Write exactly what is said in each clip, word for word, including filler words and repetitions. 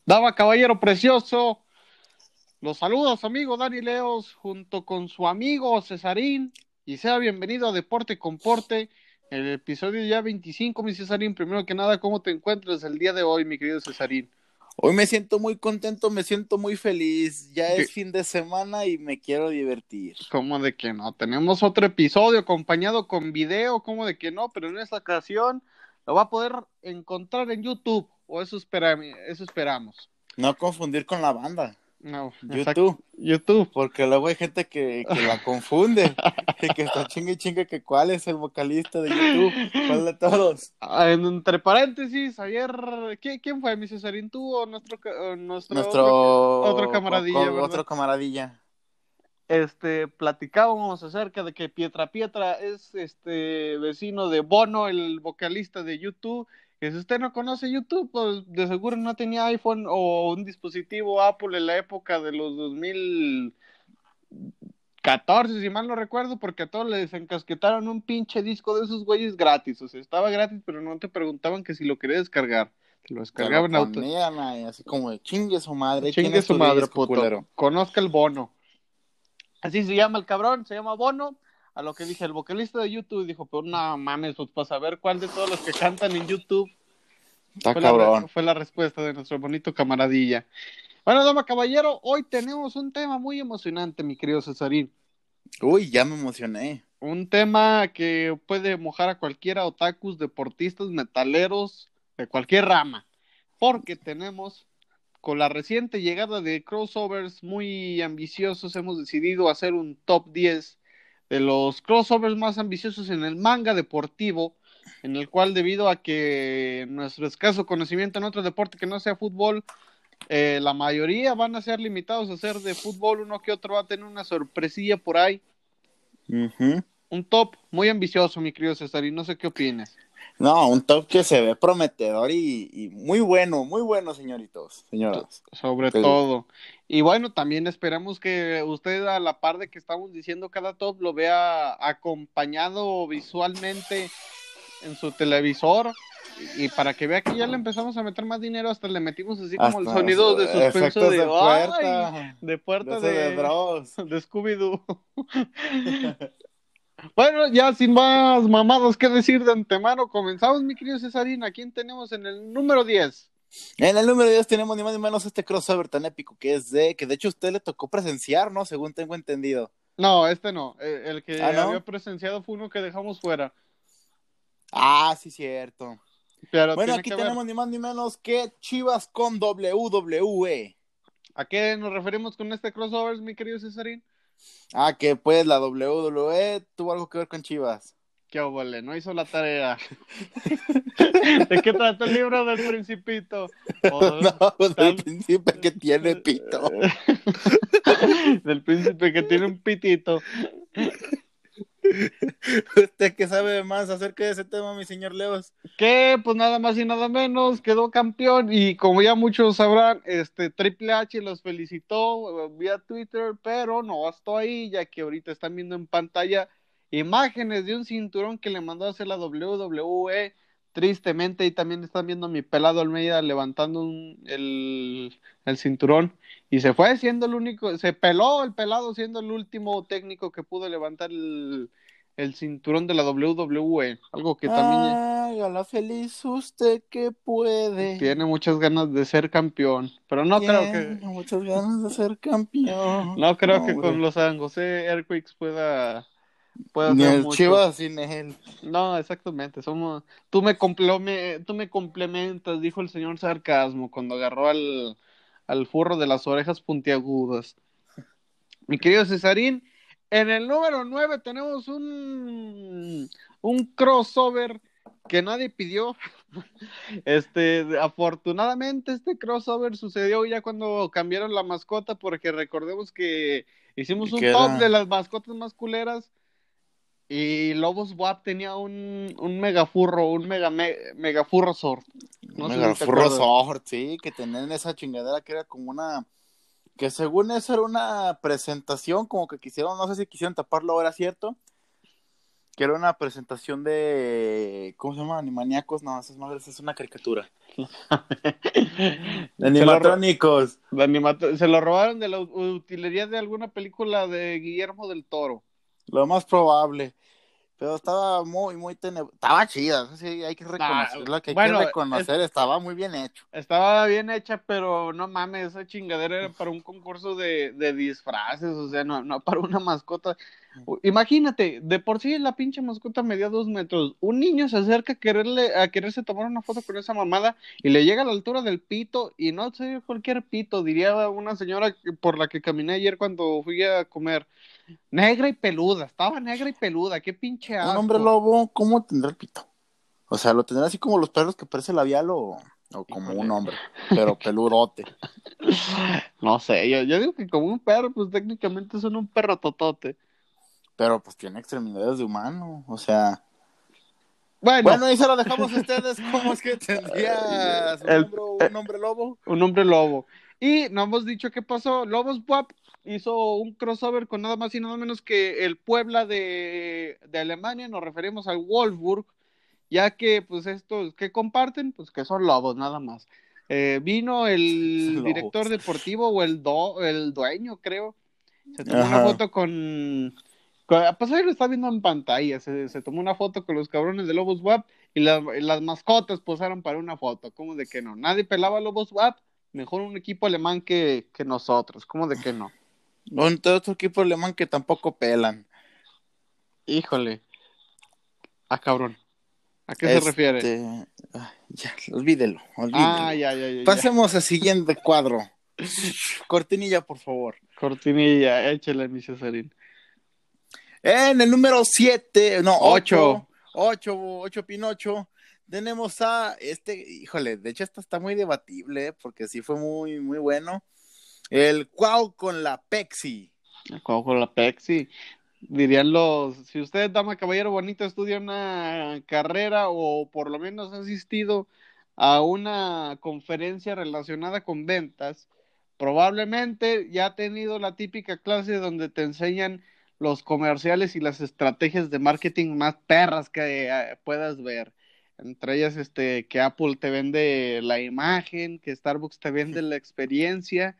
Daba caballero precioso, los saludos amigo Dani Leos junto con su amigo Cesarín y sea bienvenido a Deporte con Porte, el episodio ya veinticinco, mi Cesarín. Primero que nada, ¿cómo te encuentras el día de hoy, mi querido Cesarín? Hoy me siento muy contento, me siento muy feliz. Ya ¿Qué? es fin de semana y me quiero divertir. ¿Cómo de que no? Tenemos otro episodio acompañado con video, ¿cómo de que no? Pero en esta ocasión lo va a poder encontrar en YouTube, o eso, espera, eso esperamos. No confundir con la banda, No, exacto, YouTube, YouTube. porque luego hay gente que, que la confunde y que está chingue y chingue que cuál es el vocalista de YouTube, cuál de todos. Ah, en- entre paréntesis, ayer, ¿quién, quién fue, mi Cesarín? ¿Tú o nuestro, ca- o nuestro otro, otro Nuestro co- camaradilla, co- verdad? otro camaradilla. Este, platicábamos acerca de que Pietra Pietra es este vecino de Bono, el vocalista de YouTube. Que si usted no conoce YouTube, pues de seguro no tenía iPhone o un dispositivo Apple en la época de los dos mil catorce, si mal no recuerdo, porque a todos les encasquetaron un pinche disco de esos güeyes gratis. O sea, estaba gratis, pero no te preguntaban que si lo querías descargar. Te lo Se lo descargaban auto. ponían ahí, así como de chingue su madre, ahí Chingue tienes su tu madre, disco, puto. culero. Conozca el Bono. Así se llama el cabrón, se llama Bono. A lo que dije, el vocalista de YouTube dijo, pero no mames, pues para saber cuál de todos los que cantan en YouTube Está fue la, re- cabrón. fue la respuesta de nuestro bonito camaradilla. Bueno, dama caballero, hoy tenemos un tema muy emocionante, mi querido Cesarín. Uy, ya me emocioné. Un tema que puede mojar a cualquiera, otakus, deportistas, metaleros, de cualquier rama. Porque tenemos, con la reciente llegada de crossovers muy ambiciosos, hemos decidido hacer un top diez de los crossovers más ambiciosos en el manga deportivo, en el cual, debido a que nuestro escaso conocimiento en otro deporte que no sea fútbol, eh, la mayoría van a ser limitados a ser de fútbol, uno que otro va a tener una sorpresilla por ahí. Ujú. Un top muy ambicioso, mi querido César, y no sé qué opinas. No, un top que se ve prometedor y, y muy bueno, muy bueno, señoritos, So- señoras. sobre Pues, todo. Y bueno, también esperamos que usted, a la par de que estamos diciendo cada top, lo vea acompañado visualmente en su televisor. Y, y para que vea que ya le empezamos a meter más dinero, hasta le metimos así como el hasta sonido de eh, suspenso efectos de de ¡ay! puerta, De de puerta eso de de, Dross. de Scooby-Doo. Bueno, ya sin más mamados que decir de antemano, comenzamos, mi querido Cesarín. ¿A quién tenemos en el número diez? En el número diez tenemos ni más ni menos este crossover tan épico que es de, que de hecho a usted le tocó presenciar, ¿no? Según tengo entendido. No, este no. Eh, El Ah, que había ¿no? presenciado fue uno que dejamos fuera. Ah, sí, cierto. Pero Bueno, tiene aquí que ver. tenemos ni más ni menos que Chivas con W W E. ¿A qué nos referimos con este crossover, mi querido Cesarín? Ah, que pues la W W E tuvo algo que ver con Chivas. Qué óvole, no hizo la tarea. ¿De qué trata el libro del Principito? O No, pues el tal. príncipe que tiene pito. Del príncipe que tiene un pitito. ¿Usted qué sabe más acerca de ese tema, mi señor Leos? Que pues nada más y nada menos quedó campeón. Y como ya muchos sabrán, este Triple H los felicitó eh, vía Twitter, pero no bastó ahí, ya que ahorita están viendo en pantalla imágenes de un cinturón que le mandó a hacer la W W E. Tristemente, y también están viendo a mi pelado Almeida levantando un, el, el cinturón. Y se fue siendo el único, se peló el pelado siendo el último técnico que pudo levantar el, el cinturón de la W W E. Algo que también Hágala feliz usted que puede. tiene muchas ganas de ser campeón, pero no creo que, Tiene muchas ganas de ser campeón. no creo No, que con hombre. los San José Earthquakes pueda, pueda Ni hacer el mucho. Chivas sin él. No, exactamente, somos, tú me complome, tú me complementas, dijo el señor Sarcasmo cuando agarró al, al furro de las orejas puntiagudas. Mi querido Cesarín, en el número nueve tenemos un, un crossover que nadie pidió. Este, afortunadamente este crossover sucedió ya cuando cambiaron la mascota, porque recordemos que hicimos un Que top de era las mascotas más culeras y Lobos W A P tenía un, un megafurro, un mega, me, megafurro sword. No sé si te Megafurro acuerdas. Sword, sí, que tenían esa chingadera que era como una. Que según eso era una presentación, como que quisieron, no sé si quisieron taparlo, era cierto. que era una presentación de, ¿cómo se llama? Animaniacos, no, esa es, más, esa es una caricatura. De animatrónicos. Se lo, de animat- se lo robaron de la utilería de alguna película de Guillermo del Toro. Lo más probable. Pero estaba muy, muy tenebroso. Estaba chida, sí, hay que reconocerlo, Ah, que hay bueno, que reconocer, es, estaba muy bien hecho. estaba bien hecha, pero no mames, esa chingadera era para un concurso de, de disfraces, o sea, no, no para una mascota. Imagínate, de por sí la pinche mascota medía dos metros. Un niño se acerca a quererle, a quererse tomar una foto con esa mamada y le llega a la altura del pito, y no sé cualquier pito, diría una señora por la que caminé ayer cuando fui a comer. Negra y peluda, estaba negra y peluda, qué pinche Un hombre asco. lobo, ¿cómo tendrá el pito? O sea, ¿lo tendrá así como los perros que parece labial o, o como un Híjole. hombre? Pero peludote. No sé, yo, yo digo que como un perro, pues técnicamente son un perro totote. Pero pues tiene extremidades de humano, o sea... Bueno, Bueno, ahí se lo dejamos a ustedes, ¿cómo es que tendría su el, miembro eh, un hombre lobo? un hombre lobo. Y no hemos dicho qué pasó. Lobos W A P hizo un crossover con nada más y nada menos que el Puebla de, de Alemania. Nos referimos al Wolfsburg, ya que pues estos que comparten, pues que son lobos nada más. Eh, vino el director Lobos. deportivo o el, do, el dueño, creo. Se tomó una Ajá. foto con... con a pasar lo está viendo en pantalla. Se, se tomó una foto con los cabrones de Lobos W A P y, la, y las mascotas posaron para una foto. ¿Cómo de que no? Nadie pelaba a Lobos W A P. Mejor un equipo alemán que, que nosotros. ¿Cómo de que no? Un otro equipo alemán que tampoco pelan. Híjole. Ah, cabrón. ¿A qué se refiere? Este... ay, ya, olvídelo, Ah, olvídelo. ya, ya, ya, ya. Pasemos al siguiente cuadro. Cortinilla, por favor. Cortinilla, échale, mi Cesarín. En el número siete, no, Ocho. ocho, ocho, ocho Pinocho, tenemos a este, híjole, de hecho esta está muy debatible, ¿eh? Porque sí fue muy, muy bueno. El Cuau con la Pepsi. Cojo la Pepsi. Dirían los, si usted, dama caballero bonito, estudia una carrera o por lo menos ha asistido a una conferencia relacionada con ventas, probablemente ya ha tenido la típica clase donde te enseñan los comerciales y las estrategias de marketing más perras que eh, puedas ver. Entre ellas, este, que Apple te vende la imagen, que Starbucks te vende la experiencia.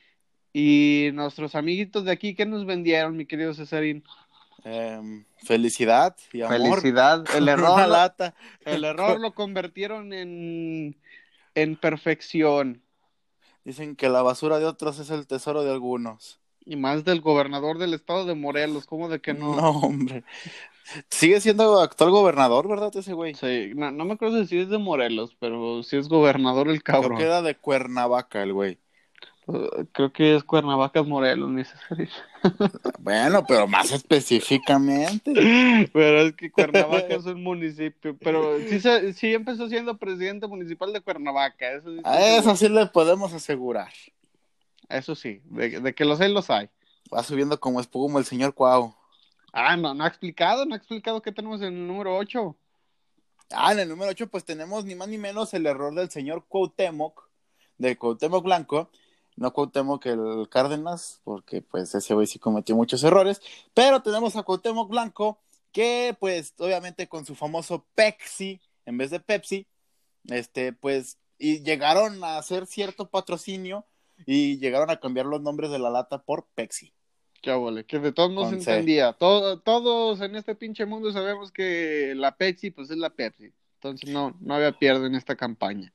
Y nuestros amiguitos de aquí, ¿qué nos vendieron, mi querido Cesarín? Eh, felicidad y amor Felicidad. El con error una lo, lata. el error Con... lo convirtieron en, en perfección. Dicen que la basura de otros es el tesoro de algunos. Y más del gobernador del estado de Morelos, ¿cómo de que no? No, hombre. Sigue siendo actual gobernador, ¿verdad, ese güey? Sí, no, no me acuerdo si es de Morelos, pero sí es gobernador el Creo que cabrón. era de Cuernavaca el güey. Uh, creo que es Cuernavaca, Morelos, mi Cesarín. Bueno, pero más específicamente. Pero es que Cuernavaca es un municipio, pero sí, se, sí empezó siendo presidente municipal de Cuernavaca, eso sí estoy A eso seguro. sí le podemos asegurar. Eso sí, de, de que los hay, los hay. Va subiendo como espuma el señor Cuau. Ah, no, no ha explicado, no ha explicado qué tenemos en el número ocho. Ah, en el número ocho pues tenemos ni más ni menos el error del señor Cuauhtémoc, de Cuauhtémoc Blanco, no Cuauhtémoc el Cárdenas, porque pues ese güey sí cometió muchos errores, pero tenemos a Cuauhtémoc Blanco, que pues obviamente con su famoso Pepsi, en vez de Pepsi, este pues, y llegaron a hacer cierto patrocinio, y llegaron a cambiar los nombres de la lata por Pepsi. Qué vale, que de todos no se Con C. entendía. Todo, todos en este pinche mundo sabemos que la Pepsi, pues es la Pepsi. Entonces no, no había pierde en esta campaña.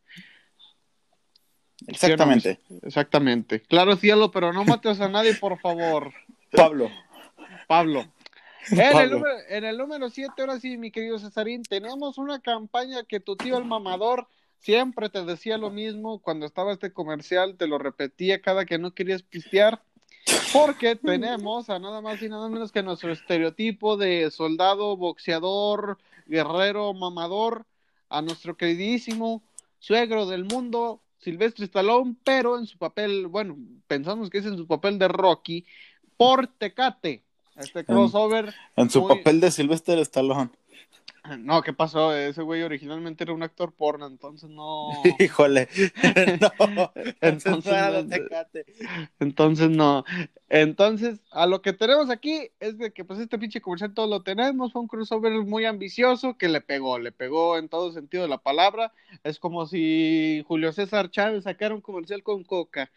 ¿Sí o no, mis? Exactamente. Exactamente. Claro, cielo, pero no mates a nadie, por favor. Pablo. Pablo. En el Pablo. número, en el número siete, ahora sí, mi querido Cesarín, tenemos una campaña que tu tío el mamador siempre te decía lo mismo cuando estaba este comercial, te lo repetía cada que no querías pistear, porque tenemos a nada más y nada menos que nuestro estereotipo de soldado, boxeador, guerrero, mamador, a nuestro queridísimo suegro del mundo, Sylvester Stallone, pero en su papel, bueno, pensamos que es en su papel de Rocky, por Tecate. Este En, crossover en su muy, papel de Sylvester Stallone. No, ¿qué pasó? Ese güey originalmente era un actor porno, entonces no. Híjole, no, entonces no Entonces era no. de Tecate. Entonces no. Entonces, a lo que tenemos aquí es de que pues este pinche comercial todo lo tenemos, fue un crossover muy ambicioso que le pegó, le pegó en todo sentido de la palabra. Es como si Julio César Chávez sacara un comercial con Coca,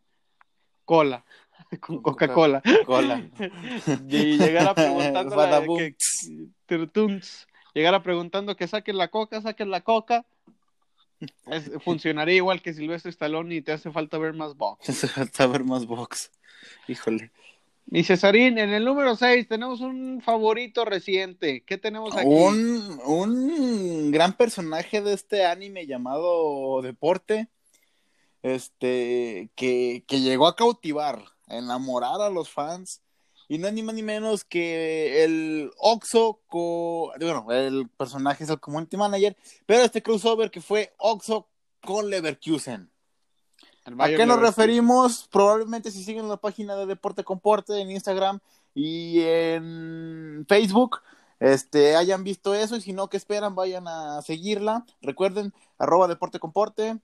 Cola, con Con Coca-Cola. Coca-Cola. Y llegara preguntando la Badabum. que Turutuns, llegara preguntando que saquen la Coca, saquen la Coca. Es, funcionaría igual que Silvestre Stallone y te hace falta ver más box. Saber más box. Híjole. Mi Cesarín, en el número seis tenemos un favorito reciente. ¿Qué tenemos aquí? Un, un gran personaje de este anime llamado Deporte, este, que, que llegó a cautivar, a enamorar a los fans, y no es ni más ni menos que el Oxo, con, bueno, el personaje es el community manager, pero este crossover que fue Oxo con Leverkusen. El ¿A Bayer qué nos Leverkusen. referimos? Probablemente si siguen la página de Deporte Comporte en Instagram y en Facebook, este, hayan visto eso, y si no, ¿qué esperan? Vayan a seguirla. Recuerden, arroba Deporte Comporte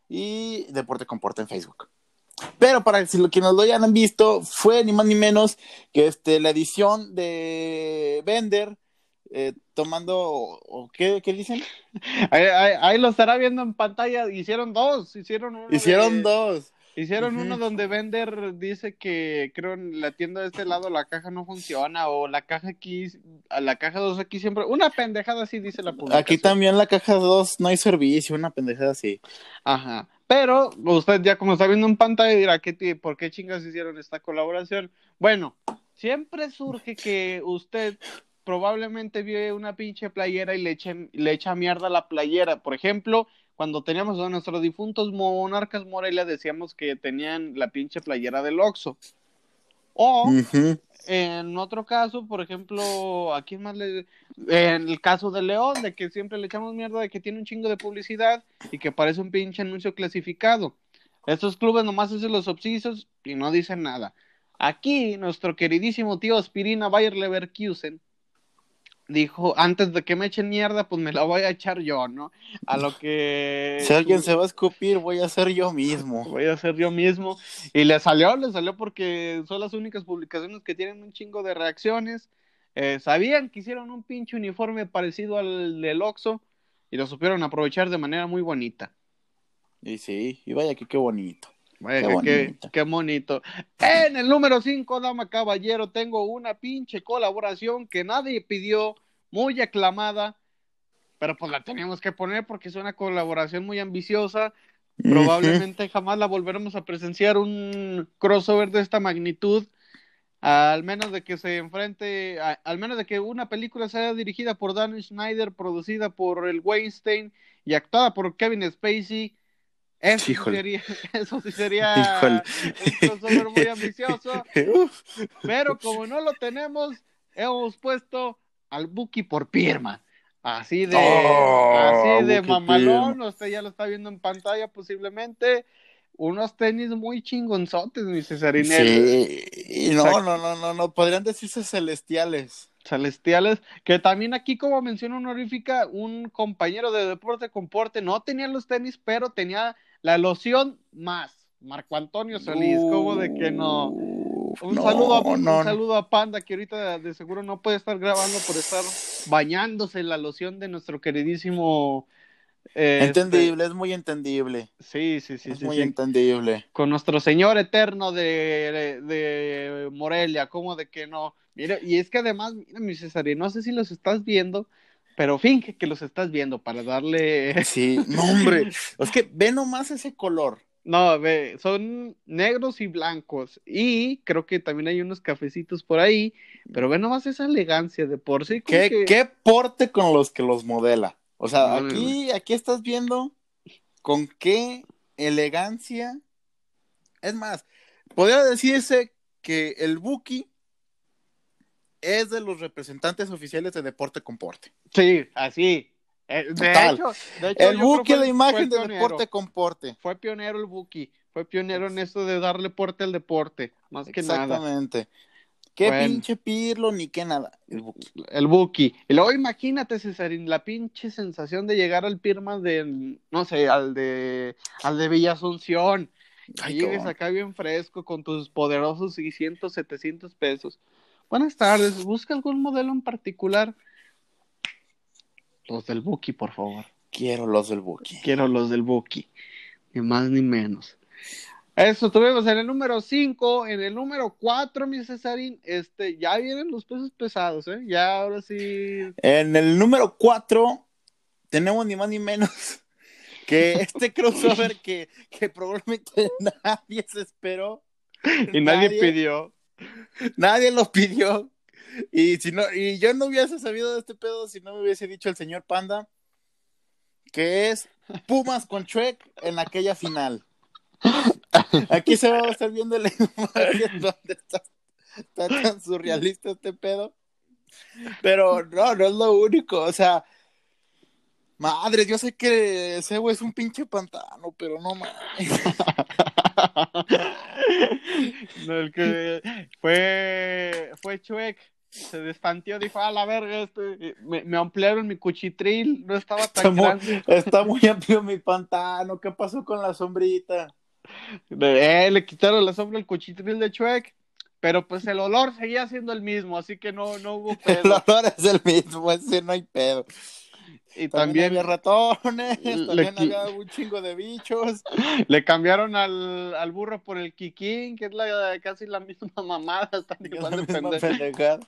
y Deporte Comporte en Facebook. Pero para si lo que nos lo hayan visto, fue ni más ni menos que este, la edición de Bender, eh, tomando, o, ¿qué, ¿qué dicen? Ahí, ahí, ahí lo estará viendo en pantalla. Hicieron dos. Hicieron uno Hicieron de. dos. Hicieron uno Uh-huh. donde Bender dice que creo en la tienda de este lado la caja no funciona o la caja aquí, a la caja dos aquí siempre. Una pendejada así dice la Aquí publicación. también la caja dos no hay servicio, una pendejada así. Ajá. Pero usted ya como está viendo en pantalla dirá, ¿qué, ¿por qué chingas hicieron esta colaboración? Bueno, siempre surge que usted probablemente vio una pinche playera y le, eche, le echa mierda a la playera. Por ejemplo, cuando teníamos a nuestros difuntos Monarcas Morelia, decíamos que tenían la pinche playera del Oxxo. O, uh-huh. en otro caso, por ejemplo, ¿a quién más le...? En el caso de León, de que siempre le echamos mierda de que tiene un chingo de publicidad y que parece un pinche anuncio clasificado. Estos clubes nomás hacen los obsisos y no dicen nada. Aquí, nuestro queridísimo tío Aspirina Bayer Leverkusen dijo, antes de que me echen mierda, pues me la voy a echar yo, ¿no? A lo que... Si alguien su... se va a escupir, voy a ser yo mismo. Voy a hacer yo mismo. Y le salió, le salió porque son las únicas publicaciones que tienen un chingo de reacciones. Eh, sabían que hicieron un pinche uniforme parecido al del Oxxo y lo supieron aprovechar de manera muy bonita. Y sí, y vaya que qué bonito. Vaya, qué que, bonito. Qué, qué bonito. En el número cinco, dama caballero, tengo una pinche colaboración que nadie pidió, muy aclamada, pero pues la teníamos que poner porque es una colaboración muy ambiciosa. Probablemente uh-huh. jamás la volveremos a presenciar un crossover de esta magnitud, al menos de que se enfrente, a, al menos de que una película sea dirigida por Dan Schneider, producida por el Weinstein y actuada por Kevin Spacey. Eso sí sería, eso sí sería un crossover muy ambicioso, pero como no lo tenemos, hemos puesto al Buki por Pierman. Así de, oh, así de mamalón, usted ya lo está viendo en pantalla posiblemente. Unos tenis muy chingonzotes, mi Cesarinel. Sí, no, o sea, no, no, no, no, podrían decirse celestiales. Celestiales, que también aquí, como mención honorífica, un compañero de Deporte Comporte no tenía los tenis, pero tenía la loción más. Marco Antonio Solís, uh, como de que no. Un, no, saludo a, no, un saludo a Panda, que ahorita de seguro no puede estar grabando por estar bañándose en la loción de nuestro queridísimo. Entendible, este... es muy entendible. Sí, sí, sí. Es sí, muy sí. entendible. Con nuestro Señor eterno de, de, de Morelia, como de que no. Mira, y es que además, mira, mi César, no sé si los estás viendo, pero finge que los estás viendo para darle. Sí, no, hombre. Es que ve nomás ese color. No, ve, son negros y blancos. Y creo que también hay unos cafecitos por ahí. Pero ve nomás esa elegancia de por sí. ¿Qué, que... ¿Qué porte con los que los modela? O sea, no, aquí, no. aquí estás viendo con qué elegancia. Es más, podría decirse que el Buki es de los representantes oficiales de Deporte Comporte. Sí, así. De Total. hecho, de hecho, el Buki es la imagen de Deporte Comporte. Fue pionero el Buki, fue pionero en esto de darle porte al deporte, más que nada. Exactamente. Qué Bueno, pinche Pirlo, ni qué nada. El Buki. el Buki. Y luego imagínate, Cesarín, la pinche sensación de llegar al Pirma de, no sé, al de, al de Villa Asunción. Que Ay, llegues cabrón. acá bien fresco con tus poderosos seiscientos, setecientos pesos. Buenas tardes, ¿busca algún modelo en particular? Los del Buki, por favor. Quiero los del Buki. Quiero los del Buki. Ni más ni menos. Eso tuvimos en el número cinco. En el número cuatro, mi Cesarín, este, ya vienen los pesos pesados, ¿eh? Ya ahora sí. En el número cuatro tenemos ni más ni menos que este crossover que, que probablemente nadie se esperó. Y nadie Nadie, pidió. nadie lo pidió. Y si no, y yo no hubiese sabido de este pedo si no me hubiese dicho el señor Panda, que es Pumas con Shrek en aquella final. Aquí se va a estar viendo la imagen donde está, está tan surrealista este pedo. Pero no, no es lo único. O sea, madre, yo sé que ese güey es un pinche pantano, pero no mames. No, el que fue, fue Chuec. Se despanteó, dijo, a la verga, este, me, me ampliaron mi cuchitril, no estaba Está tan muy, grande. está muy amplio mi pantano. ¿Qué pasó con la sombrita? Eh, le quitaron la sombra al cuchitril de Chuec, pero pues el olor seguía siendo el mismo, así que no, no hubo El pedo. olor es el mismo, ese no hay pedo. Y También había también ratones, le, también había un chingo de bichos. le cambiaron al, al burro por el Kikín, que es la, casi la misma mamada, están Es igual la de misma pendejos. pendejada.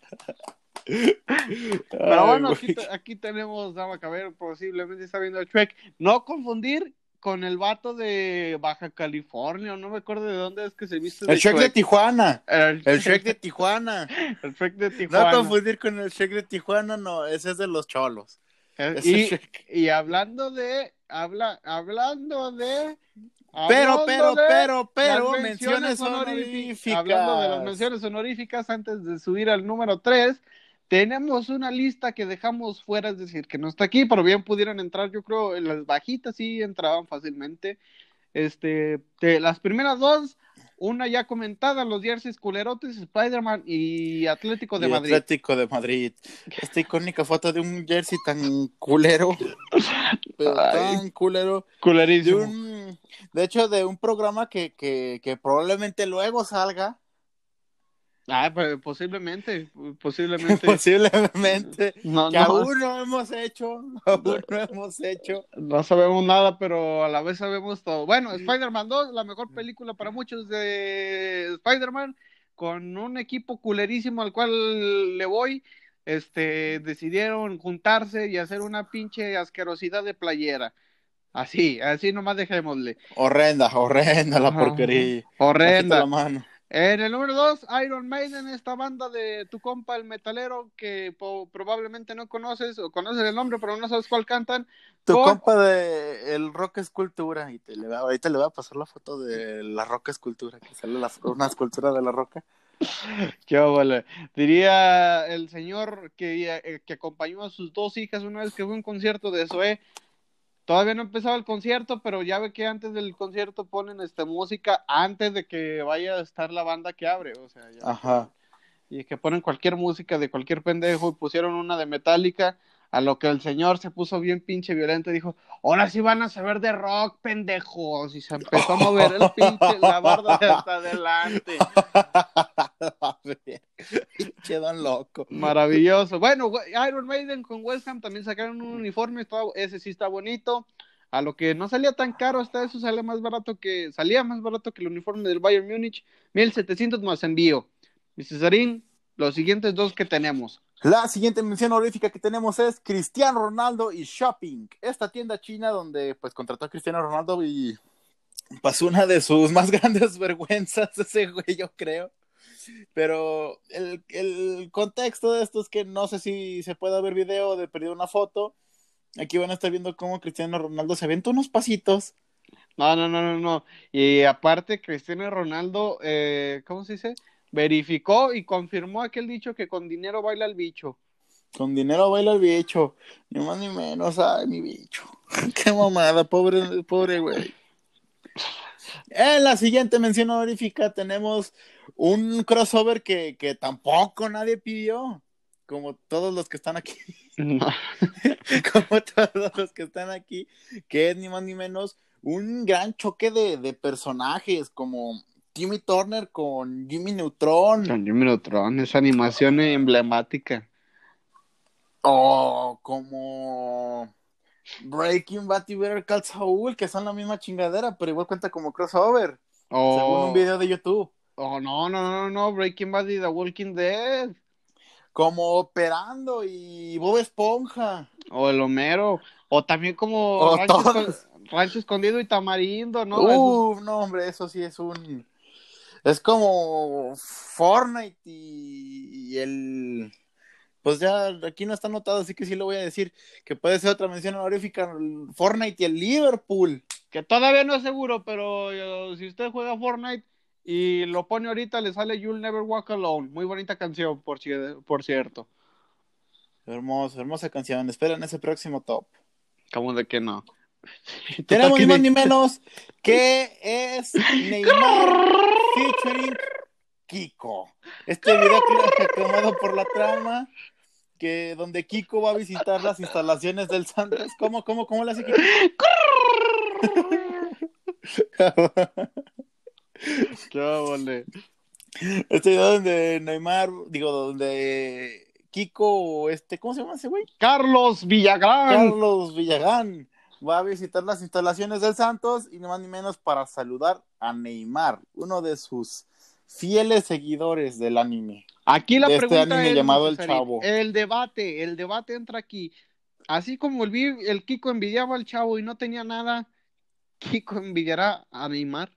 Pero Ay, bueno, aquí, güey. aquí tenemos, dama a ver, posiblemente está viendo el Shrek. No confundir con el vato de Baja California, no me acuerdo de dónde es que se viste El de Shrek de Shrek. Tijuana. El, El Shrek de Tijuana. el Shrek de No Tijuana. confundir con el Shrek de Tijuana, no, ese es de los cholos. Eh, Ese Y, Shrek. y hablando de, habla, hablando de, Pero, hablando pero, de pero, las pero, menciones menciones honoríficas, hablando de las honoríficas. menciones honoríficas, antes de subir al número tres, tenemos una lista que dejamos fuera, es decir, que no está aquí, pero bien pudieran entrar, yo creo, en las bajitas sí entraban fácilmente. Este, de las primeras dos, una ya comentada, los Jerseys culerotes, Spider-Man y Atlético de Y Madrid. Atlético de Madrid. Esta icónica foto de un jersey tan culero, pero Ay, tan culero, de culerísimo. un, de hecho, de un programa que, que, que probablemente luego salga, Ah, pues posiblemente, posiblemente. posiblemente, No, que no, aún no hemos hecho, aún no hemos hecho. no sabemos nada, pero a la vez sabemos todo. Bueno, Spider-Man dos, la mejor película para muchos de Spider-Man, con un equipo culerísimo al cual le voy. Este, decidieron juntarse y hacer una pinche asquerosidad de playera. Así, así nomás dejémosle. Horrenda, horrenda la Ajá. porquería. Bajita la Horrenda. mano. En el número dos, Iron Maiden, esta banda de tu compa el metalero que po- probablemente no conoces o conoces el nombre pero no sabes cuál cantan, Tu con... compa de el Rock Escultura, y te le va, ahorita le voy a pasar la foto de la Roca Escultura, que sale la, una escultura de la roca. ¿Qué vale? Diría el señor que, eh, que acompañó a sus dos hijas una vez que fue a un concierto de Zoé. Todavía no empezaba el concierto, pero ya ve que antes del concierto ponen esta música antes de que vaya a estar la banda que abre, o sea, ya ve Ajá. que, y que ponen cualquier música de cualquier pendejo y pusieron una de Metallica, a lo que el señor se puso bien pinche violento y dijo, ahora sí van a saber de rock, pendejos, y se empezó a mover el pinche, la barda de hasta adelante. Pinche don loco. Maravilloso. Bueno, Iron Maiden con West Ham también sacaron un uniforme, estaba, ese sí está bonito. A lo que no salía tan caro, hasta eso salía más barato que salía más barato que el uniforme del Bayern Múnich, mil setecientos más envío. Y Cesarín, los siguientes dos que tenemos. La siguiente mención honorífica que tenemos es Cristiano Ronaldo y Shopping. Esta tienda china donde pues contrató a Cristiano Ronaldo y pasó una de sus más grandes vergüenzas ese güey, yo creo. Pero el, el contexto de esto es que no sé si se puede ver video de perdido una foto. Aquí van a estar viendo cómo Cristiano Ronaldo se avienta unos pasitos. No, no, no, no, no. Y aparte, Cristiano Ronaldo, eh, ¿cómo se dice? Verificó y confirmó aquel dicho que con dinero baila el bicho. Con dinero baila el bicho. Ni más ni menos, ay, mi bicho. Qué mamada, pobre, pobre güey. En la siguiente mención honorífica tenemos un crossover que, que tampoco nadie pidió, como todos los que están aquí, No. como todos los que están aquí, que es ni más ni menos un gran choque de, de personajes, como Timmy Turner con Jimmy Neutron, Con Jimmy Neutron, esa animación emblemática. o como Breaking Bad y Better Call Saul, que son la misma chingadera, pero igual cuenta como crossover, según un O, video de YouTube. o no, no, no, no, Breaking Bad y The Walking Dead. Como Operando y Bob Esponja. O el Homero. O también como O Rancho, Esco- todos. Rancho Escondido y Tamarindo, ¿no? Esos. Uh, no, hombre, eso sí es un. Es como Fortnite y, y el. Pues ya aquí no está anotado, así que sí lo voy a decir. Que puede ser otra mención honorífica: Fortnite y el Liverpool. Que todavía no es seguro, pero eh, si usted juega Fortnite y lo pone ahorita, le sale You'll Never Walk Alone. Muy bonita canción, por, ci- por cierto. Hermoso, hermosa canción. Esperen ese próximo top. ¿Cómo de que no? Total Tenemos que ni más ni... ni menos que es Neymar featuring Kiko. Este video aclamado por la trama, que donde Kiko va a visitar las instalaciones del Santos. ¿Cómo, cómo, cómo le hace Kiko? ¡Qué óvole! Este video donde Neymar, digo, donde Kiko, este, ¿cómo se llama ese güey? Carlos Villagrán. Carlos Villagán va a visitar las instalaciones del Santos y ni más ni menos para saludar a Neymar, uno de sus fieles seguidores del anime, Aquí la de este pregunta anime es, mi llamado El Cesarín, Chavo. el debate, el debate entra aquí. Así como el, vi- el Kiko envidiaba al Chavo y no tenía nada, ¿Kiko envidiará a Neymar?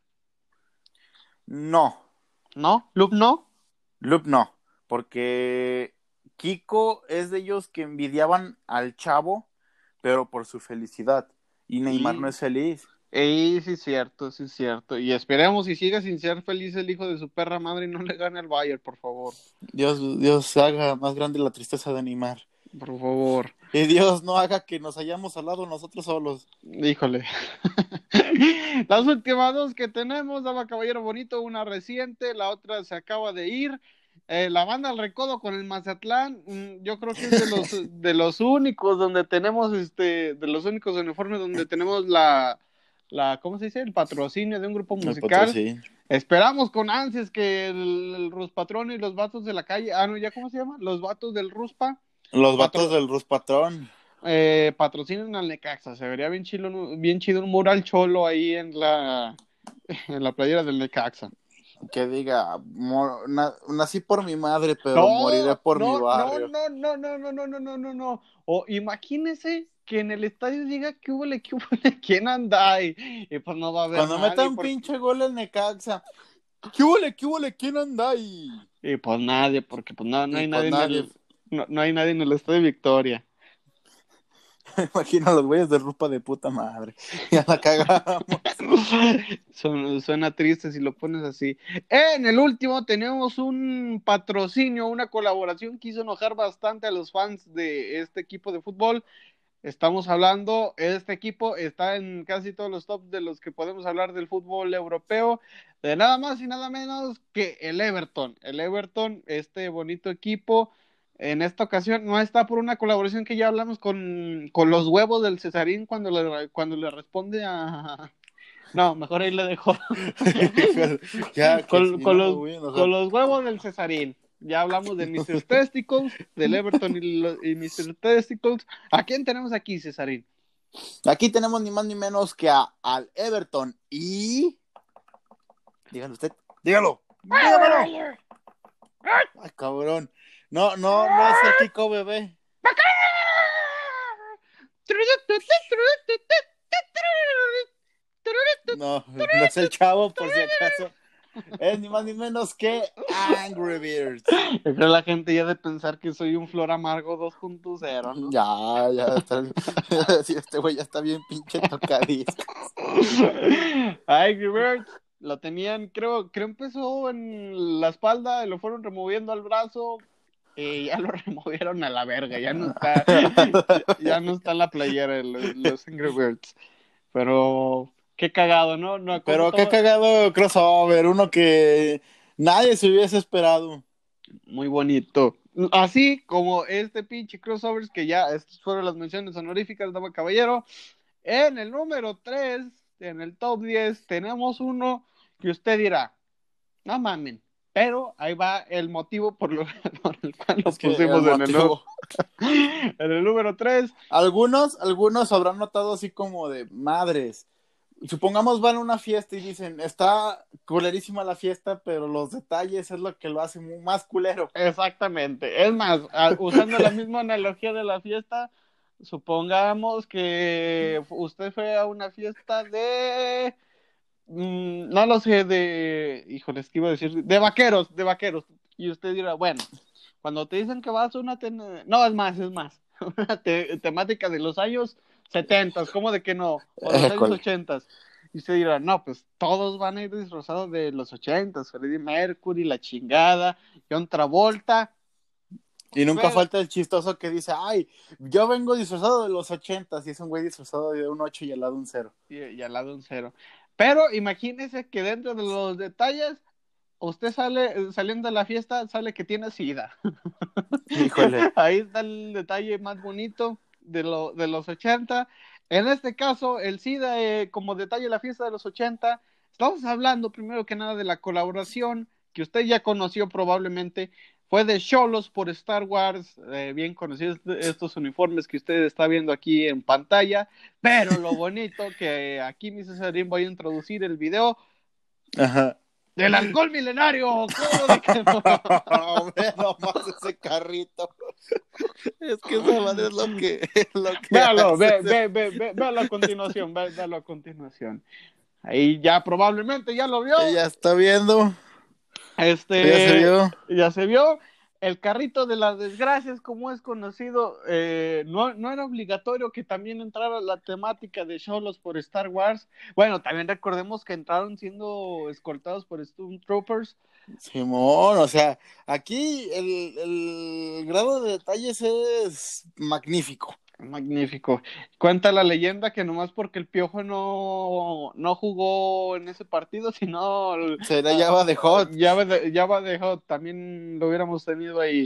No, ¿No? ¿Loop no? Loop no, porque Kiko es de ellos que envidiaban al Chavo, pero por su felicidad, y Neymar no Y, es feliz. y sí es cierto, sí es cierto. Y esperemos y siga sin ser feliz el hijo de su perra madre y no le gane al Bayern, por favor. Dios, Dios haga más grande la tristeza de Neymar. Por favor. Y Dios no haga que nos hayamos salado nosotros solos. Híjole. Las últimas dos que tenemos, Dama Caballero Bonito, una reciente, la otra se acaba de ir. Eh, la banda al recodo con el Mazatlán, mm, yo creo que es de los de los únicos donde tenemos este, de los únicos uniformes donde tenemos la, la, ¿cómo se dice? El patrocinio de un grupo El musical. patrocinio. Esperamos con ansias que el, el Ruspatrón y los vatos de la calle, ah no, ya cómo se llama, los vatos del Ruspa, Los vatos patro, del Rus Patrón. eh, patrocinen al Necaxa. Se vería bien chido, bien chido un mural cholo ahí en la, en la playera del Necaxa. Que diga, mo- na- nací por mi madre, pero moriré No, por mi no, no, barrio. no, no, no, no, no, no, no, no, no. O imagínese que en el estadio diga que hubo, que hubo, quién anda ahí. Y pues no va a haber Cuando meta nadie. un Porque... pinche gol el Necaxa, ¿qué huele, qué huele? ¿Quién anda ahí? Y pues nadie, porque pues no, no Y hay pues nadie en nadie, el, no, no hay nadie en el estadio Victoria. me imagino a los güeyes de rupa de puta madre. Ya la cagamos. Son- suena triste si lo pones así. En el último tenemos un patrocinio, una colaboración que hizo enojar bastante a los fans de este equipo de fútbol. Estamos hablando, este equipo está en casi todos los tops de los que podemos hablar del fútbol europeo, de nada más y nada menos que el Everton. El Everton, este bonito equipo, en esta ocasión no está por una colaboración que ya hablamos con, con los huevos del Cesarín cuando le, cuando le responde a... No, mejor ahí le dejo. Ya, que con, si con, no me los, voy a con enojar. los huevos del Cesarín. Ya hablamos de mister Testicles, del Everton y, lo, y mister Testicles. ¿A quién tenemos aquí, Cesarín? Aquí tenemos ni más ni menos que a, al Everton y... Dígalo usted. Dígalo. Dígamelo. Ay, cabrón. No, no, no es el Kiko bebé. No, no es el Chavo, por si acaso. Es ni más ni menos que Angry Birds. Yo creo que la gente ya de pensar que soy un flor amargo dos punto cero, ¿no? Ya, ya está. Sí, este güey ya está bien pinche tocadiscos. Angry Birds lo tenían, creo, creo empezó en la espalda, lo fueron removiendo al brazo y ya lo removieron a la verga, ya no está, ya, ya no está en la playera los, los Angry Birds. Pero qué cagado, ¿no? no ¿cómo Pero qué todo? cagado crossover, uno que nadie se hubiese esperado. Muy bonito. Así como este pinche crossovers que ya estas fueron las menciones honoríficas, dama caballero. En el número tres, en el top diez, tenemos uno que usted dirá, no mamen, pero ahí va el motivo por, lo, por el cual lo Es que el pusimos en el, motivo. en el número tres. Algunos, algunos habrán notado así como de madres. Supongamos van a una fiesta y dicen, está culerísima la fiesta, pero los detalles es lo que lo hace muy más culero. Exactamente. Es más, a, usando la misma analogía de la fiesta, supongamos que usted fue a una fiesta de... Mm, no lo sé, de... Híjoles, ¿qué iba a decir? De vaqueros, de vaqueros. Y usted dirá, bueno, cuando te dicen que vas a una... Ten... No, es más, es más. Una te temática de los años setentas, ¿cómo de que no? O los años École. ochentas. Y usted dirá, no, pues todos van a ir disfrazados de los ochentas, Freddie Mercury, la chingada, John Travolta. Y nunca Pero, falta el chistoso que dice, ay, yo vengo disfrazado de los ochentas, y es un güey disfrazado de un ocho y al lado un cero. y, y al lado un cero. Pero imagínese que dentro de los detalles, usted sale, saliendo de la fiesta, sale que tiene sida. Híjole. Ahí está el detalle más bonito de, lo, de los ochenta. En este caso, el SIDA, eh, como detalle de la fiesta de los ochenta, estamos hablando primero que nada de la colaboración que usted ya conoció probablemente, fue de Xolos por Star Wars, eh, bien conocidos estos uniformes que usted está viendo aquí en pantalla, pero lo bonito que aquí, mi Cesarín, voy a introducir el video Ajá. del alcohol milenario. ¿Cómo de que no? Ve nomás ese carrito. Es que esa madre es lo que, lo que Véalo, hace. ve, ve, ve, ve, véalo a continuación, ve, véalo a continuación. Ahí ya probablemente ya lo vio. Ella está viendo. Ya se Este, vio. ya se vio. El carrito de las desgracias, como es conocido, eh, no, no era obligatorio que también entrara la temática de Xolos por Star Wars. Bueno, también recordemos que entraron siendo escoltados por Stormtroopers. Simón, o sea, aquí el, el grado de detalles es magnífico. Magnífico. Cuenta la leyenda que nomás porque el Piojo no, no jugó en ese partido, sino uh, Será ya va de hot. ya, va de, ya va de hot, también lo hubiéramos tenido ahí.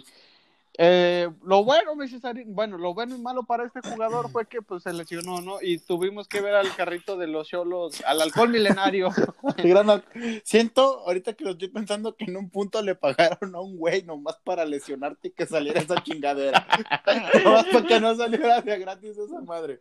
Eh, lo bueno, mi Cesarín, bueno, lo bueno y malo para este jugador fue que pues se lesionó, ¿no? Y tuvimos que ver al carrito de los Xolos, al alcohol milenario. Gran al- Siento, ahorita que lo estoy pensando, que en un punto le pagaron a un güey nomás para lesionarte y que saliera esa chingadera. Nomás para que no saliera de gratis esa madre.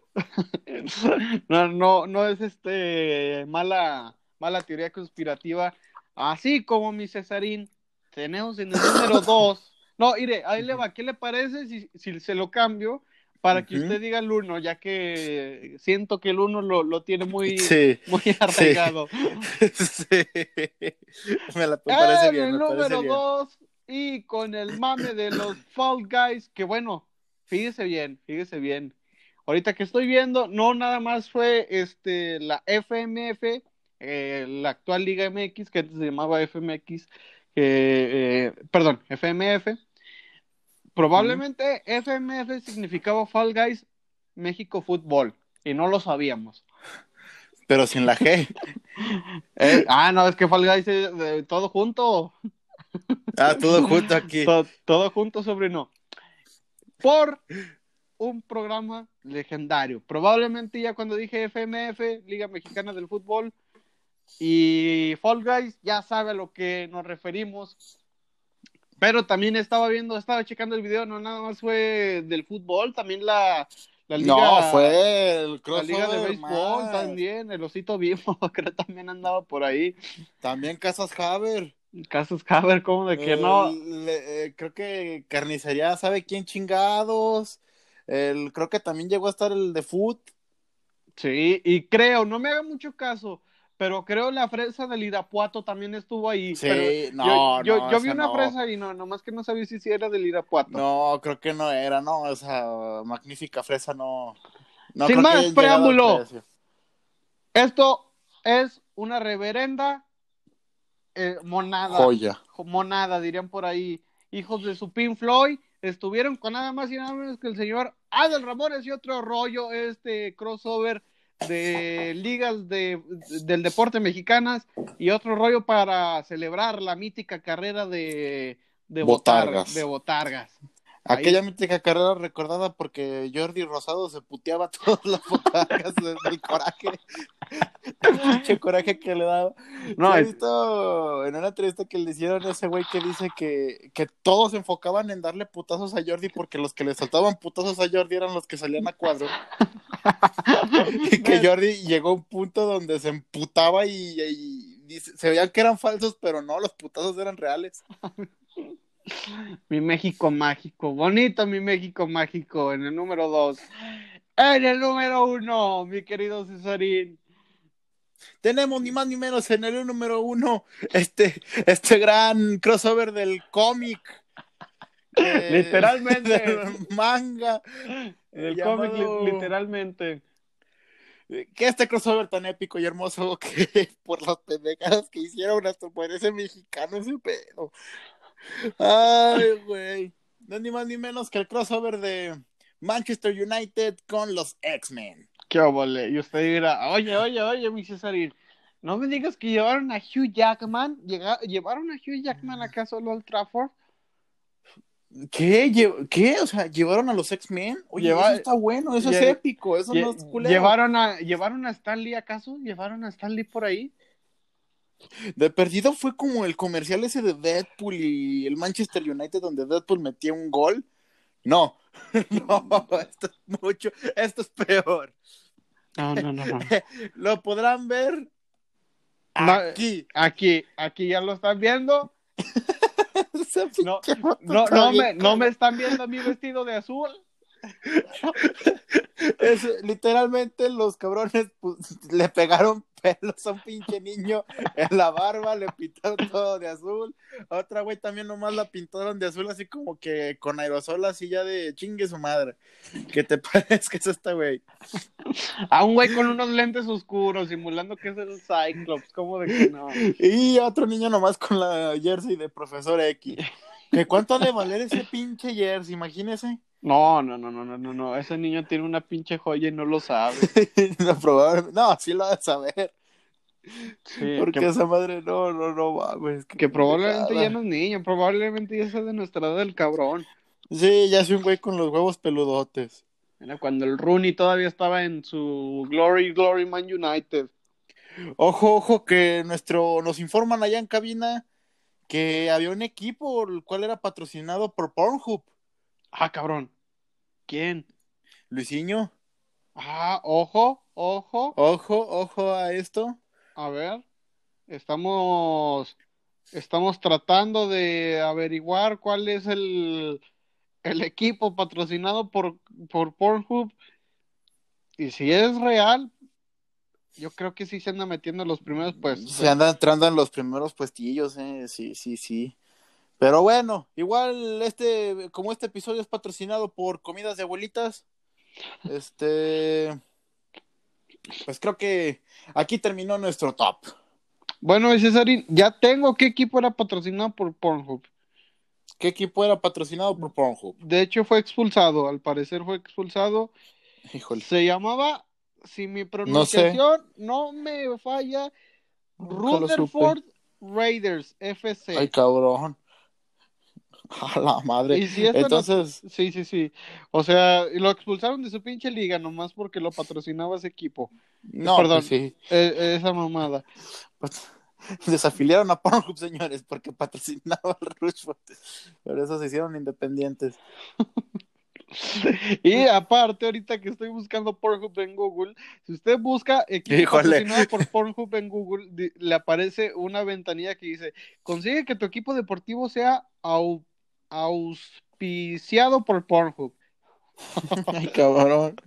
No, no, no es este mala, mala teoría conspirativa. Así como mi Cesarín, tenemos en el número dos. No, mire, ahí le va. ¿Qué le parece si, si se lo cambio para que Uh-huh. usted diga el uno, ya que siento que el uno lo, lo tiene muy, Sí, muy sí, arraigado? sí. Me, la, me parece En bien, el me parece número bien. dos y con el mame de los Fall Guys, que bueno, fíjese bien, fíjese bien. Ahorita que estoy viendo, no nada más fue este la F M F, eh, la actual Liga M X, que antes se llamaba F M X, eh, eh, perdón, F M F. Uh-huh. Probablemente F M F significaba Fall Guys México Fútbol, y no lo sabíamos. Pero sin la G. Eh, ah, no, es que Fall Guys es eh, todo junto. Ah, todo junto aquí. todo, todo junto, sobrino. Por un programa legendario. Probablemente ya cuando dije F M F, Liga Mexicana del Fútbol, y Fall Guys, ya sabe a lo que nos referimos. Pero también estaba viendo, estaba checando el video, no nada más fue del fútbol, también la, la No, liga, fue el la liga de crossover béisbol más. también, el Osito Vivo, creo también andaba por ahí. También Casas Haber. Casos Caber, como de que no. El, eh, creo que Carnicería, ¿sabe quién chingados? El, creo que también llegó a estar el de Foot. Sí, y creo, no me haga mucho caso, pero creo la fresa del Irapuato también estuvo ahí. Pero Sí, yo, no, yo, no, yo vi esa una no. fresa y no, nomás que no sabía si sí era del Irapuato. No, creo que no era, no, esa magnífica fresa no. No Sin creo que más hayan llegado al preámbulo, precio. esto es una reverenda eh, monada, Joya. monada, dirían por ahí. Hijos de su Pink Floyd estuvieron con nada más y nada menos que el señor Adal Ramones y otro rollo, este crossover de ligas de, del deporte mexicanas y otro rollo para celebrar la mítica carrera de, de, botar, de botargas. Aquella Ahí... mítica carrera recordada porque Jordi Rosado se puteaba todas las botargas del coraje, el pinche coraje que le daba. No, ¿sí has visto en una entrevista que le hicieron a ese güey que dice que, que todos se enfocaban en darle putazos a Jordi porque los que le saltaban putazos a Jordi eran los que salían a cuadro? Y que Jordi llegó a un punto donde se emputaba y, y, y se veían que eran falsos, pero no, los putazos eran reales. Mi México mágico, bonito mi México mágico, en el número dos. En el número uno, mi querido Cesarín. Tenemos ni más ni menos en el número uno este, este gran crossover del cómic. Eh, literalmente. Del manga. Del llamado... cómic, li- literalmente. Que este crossover tan épico y hermoso que por las pendejadas que hicieron hasta parece mexicano ese pedo. Ay, güey. No es ni más ni menos que el crossover de Manchester United con los X-Men. Qué obole. Y usted dirá, oye, oye, oye, mi Cesarín, no me digas que llevaron a Hugh Jackman. Llega... ¿Llevaron a Hugh Jackman acá solo al Trafford? ¿Qué? ¿Qué? O sea, ¿llevaron a los X-Men? Oye, Lleva... eso está bueno, eso Lle... es épico, eso Lle... no es culero. ¿Llevaron a... ¿Llevaron a Stan Lee acaso? ¿Llevaron a Stan Lee por ahí? De perdido fue como el comercial ese de Deadpool y el Manchester United donde Deadpool metía un gol. No, no, esto es mucho, esto es peor. No, no, no, no. Lo podrán ver aquí. Aquí, aquí ya lo están viendo. No, no, no, me, no me están viendo a mí vestido de azul. Es, literalmente los cabrones pues, le pegaron pelos a un pinche niño en la barba, le pintaron todo de azul. A otra güey también nomás la pintaron de azul, así como que con aerosol, así ya de chingue su madre. Que te parezca es esta güey. A un güey con unos lentes oscuros, simulando que es el Cyclops, ¿cómo de que no? Y a otro niño nomás con la jersey de Profesor X. ¿Que cuánto ha de valer ese pinche jersey? Imagínese. No, no, no, no, no, no, no, ese niño tiene una pinche joya y no lo sabe. no, probablemente, no, sí lo ha de saber. Sí, porque que, esa madre no, no, no mames. Que, que probablemente ya no es niño, probablemente ya es de nuestra edad el cabrón. Sí, ya es un güey con los huevos peludotes. Era cuando el Rooney todavía estaba en su Glory, Glory Man United. Ojo, ojo, que nuestro, nos informan allá en cabina que había un equipo el cual era patrocinado por Pornhub. Ah, cabrón. ¿Quién? Luisinho. Ah, ojo, ojo. Ojo, ojo a esto. A ver, estamos, estamos tratando de averiguar cuál es el, el equipo patrocinado por, por Pornhub. Y si es real, yo creo que sí se anda metiendo en los primeros puestos. Se anda entrando en los primeros puestillos, eh. Sí, sí, sí. Pero bueno, igual este, como este episodio es patrocinado por Comidas de Abuelitas, este, pues creo que aquí terminó nuestro top. Bueno, Cesarín, ya tengo qué equipo era patrocinado por Pornhub. ¿Qué equipo era patrocinado por Pornhub? De hecho fue expulsado, al parecer fue expulsado. Híjole. Se llamaba, si mi pronunciación no, sé. no me falla, Rutherford Raiders F C. Ay, cabrón. A la madre. Y si Entonces. No... Sí, sí, sí. O sea, lo expulsaron de su pinche liga nomás porque lo patrocinaba ese equipo. No, Perdón, pues sí. eh, esa mamada. Pues, desafiliaron a Pornhub, señores, porque patrocinaba al Rushford. Por eso se hicieron independientes. Y aparte, ahorita que estoy buscando Pornhub en Google, si usted busca equipo Híjole. patrocinado por Pornhub en Google, le aparece una ventanilla que dice: consigue que tu equipo deportivo sea au auspiciado por Pornhub. Ay, cabrón.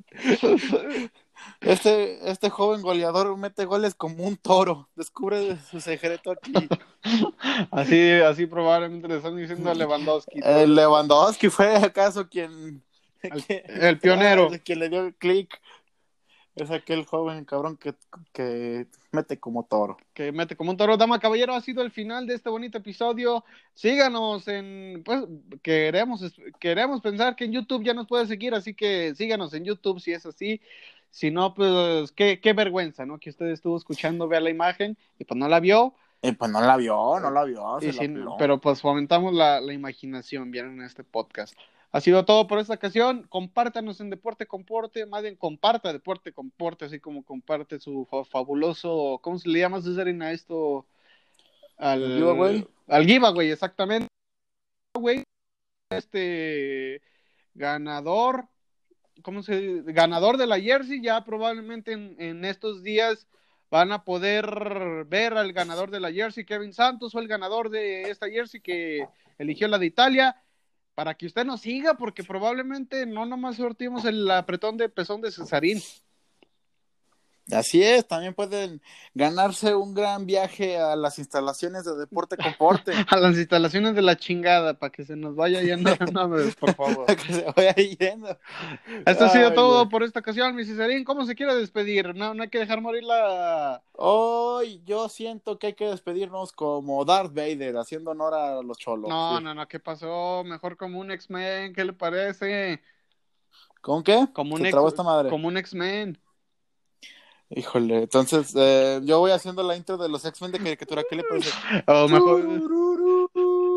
Este, este joven goleador mete goles como un toro. Descubre su secreto aquí. Así, así probablemente le están diciendo a Lewandowski. ¿No? El Lewandowski fue acaso quien el, el pionero. El quien le dio el clic. Es aquel joven cabrón que, que mete como toro. Que mete como un toro. Dama, caballero, ha sido el final de este bonito episodio. Síganos en... Pues queremos, queremos pensar que en YouTube ya nos puede seguir, así que síganos en YouTube si es así. Si no, pues qué, qué vergüenza, ¿no? Que usted estuvo escuchando, vea la imagen y pues no la vio. Eh, pues no la vio, no la vio, Y se la si, peló. pero pues fomentamos la, la imaginación, vieron en este podcast. Ha sido todo por esta ocasión. Compártanos en Deporte Comporte, más bien comparta Deporte Comporte, así como comparte su fa- fabuloso, ¿cómo se le llama, Cesarina, a esto? El Al, giveaway. al giveaway, exactamente. Güey, este ganador, ¿cómo se ganador de la jersey? Ya probablemente en, en estos días van a poder ver al ganador de la jersey, Kevin Santos, o el ganador de esta jersey que eligió la de Italia, para que usted nos siga, porque probablemente no nomás sortimos el apretón de pezón de Cesarín. Así es, también pueden ganarse un gran viaje a las instalaciones de Deporte Comporte. A las instalaciones de la chingada, para que se nos vaya yendo de una vez, por favor. Que se vaya yendo. Esto ha sido Ay, todo güey. por esta ocasión, mi Cesarín. ¿Cómo se quiere despedir? No, no hay que dejar morir la... Hoy yo siento que hay que despedirnos como Darth Vader, haciendo honor a los cholos. No, Sí. no, no, ¿qué pasó? Mejor como un X-Men, ¿qué le parece? ¿Con qué? Como un Se ex, trabó esta madre. como un X-Men. Híjole, entonces eh, yo voy haciendo la intro de los X-Men de caricatura. ¿Qué le parece? O mejor. Tururú,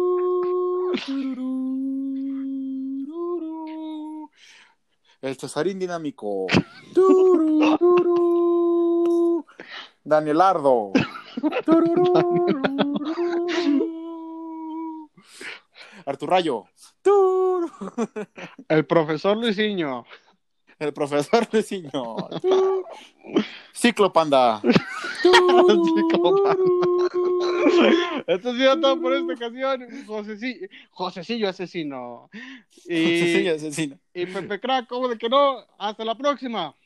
tururú. El Cesarín dinámico. Tururú. Danielardo. Tururú. Arturrayo. Tururú. El profesor Luisinho. El profesor Luisinho. Ciclopanda. Esto ha sido todo por esta ocasión. Josecillo, Josecillo asesino. Y, Sí, asesino. y Pepe Crack, ¿cómo de que no? Hasta la próxima.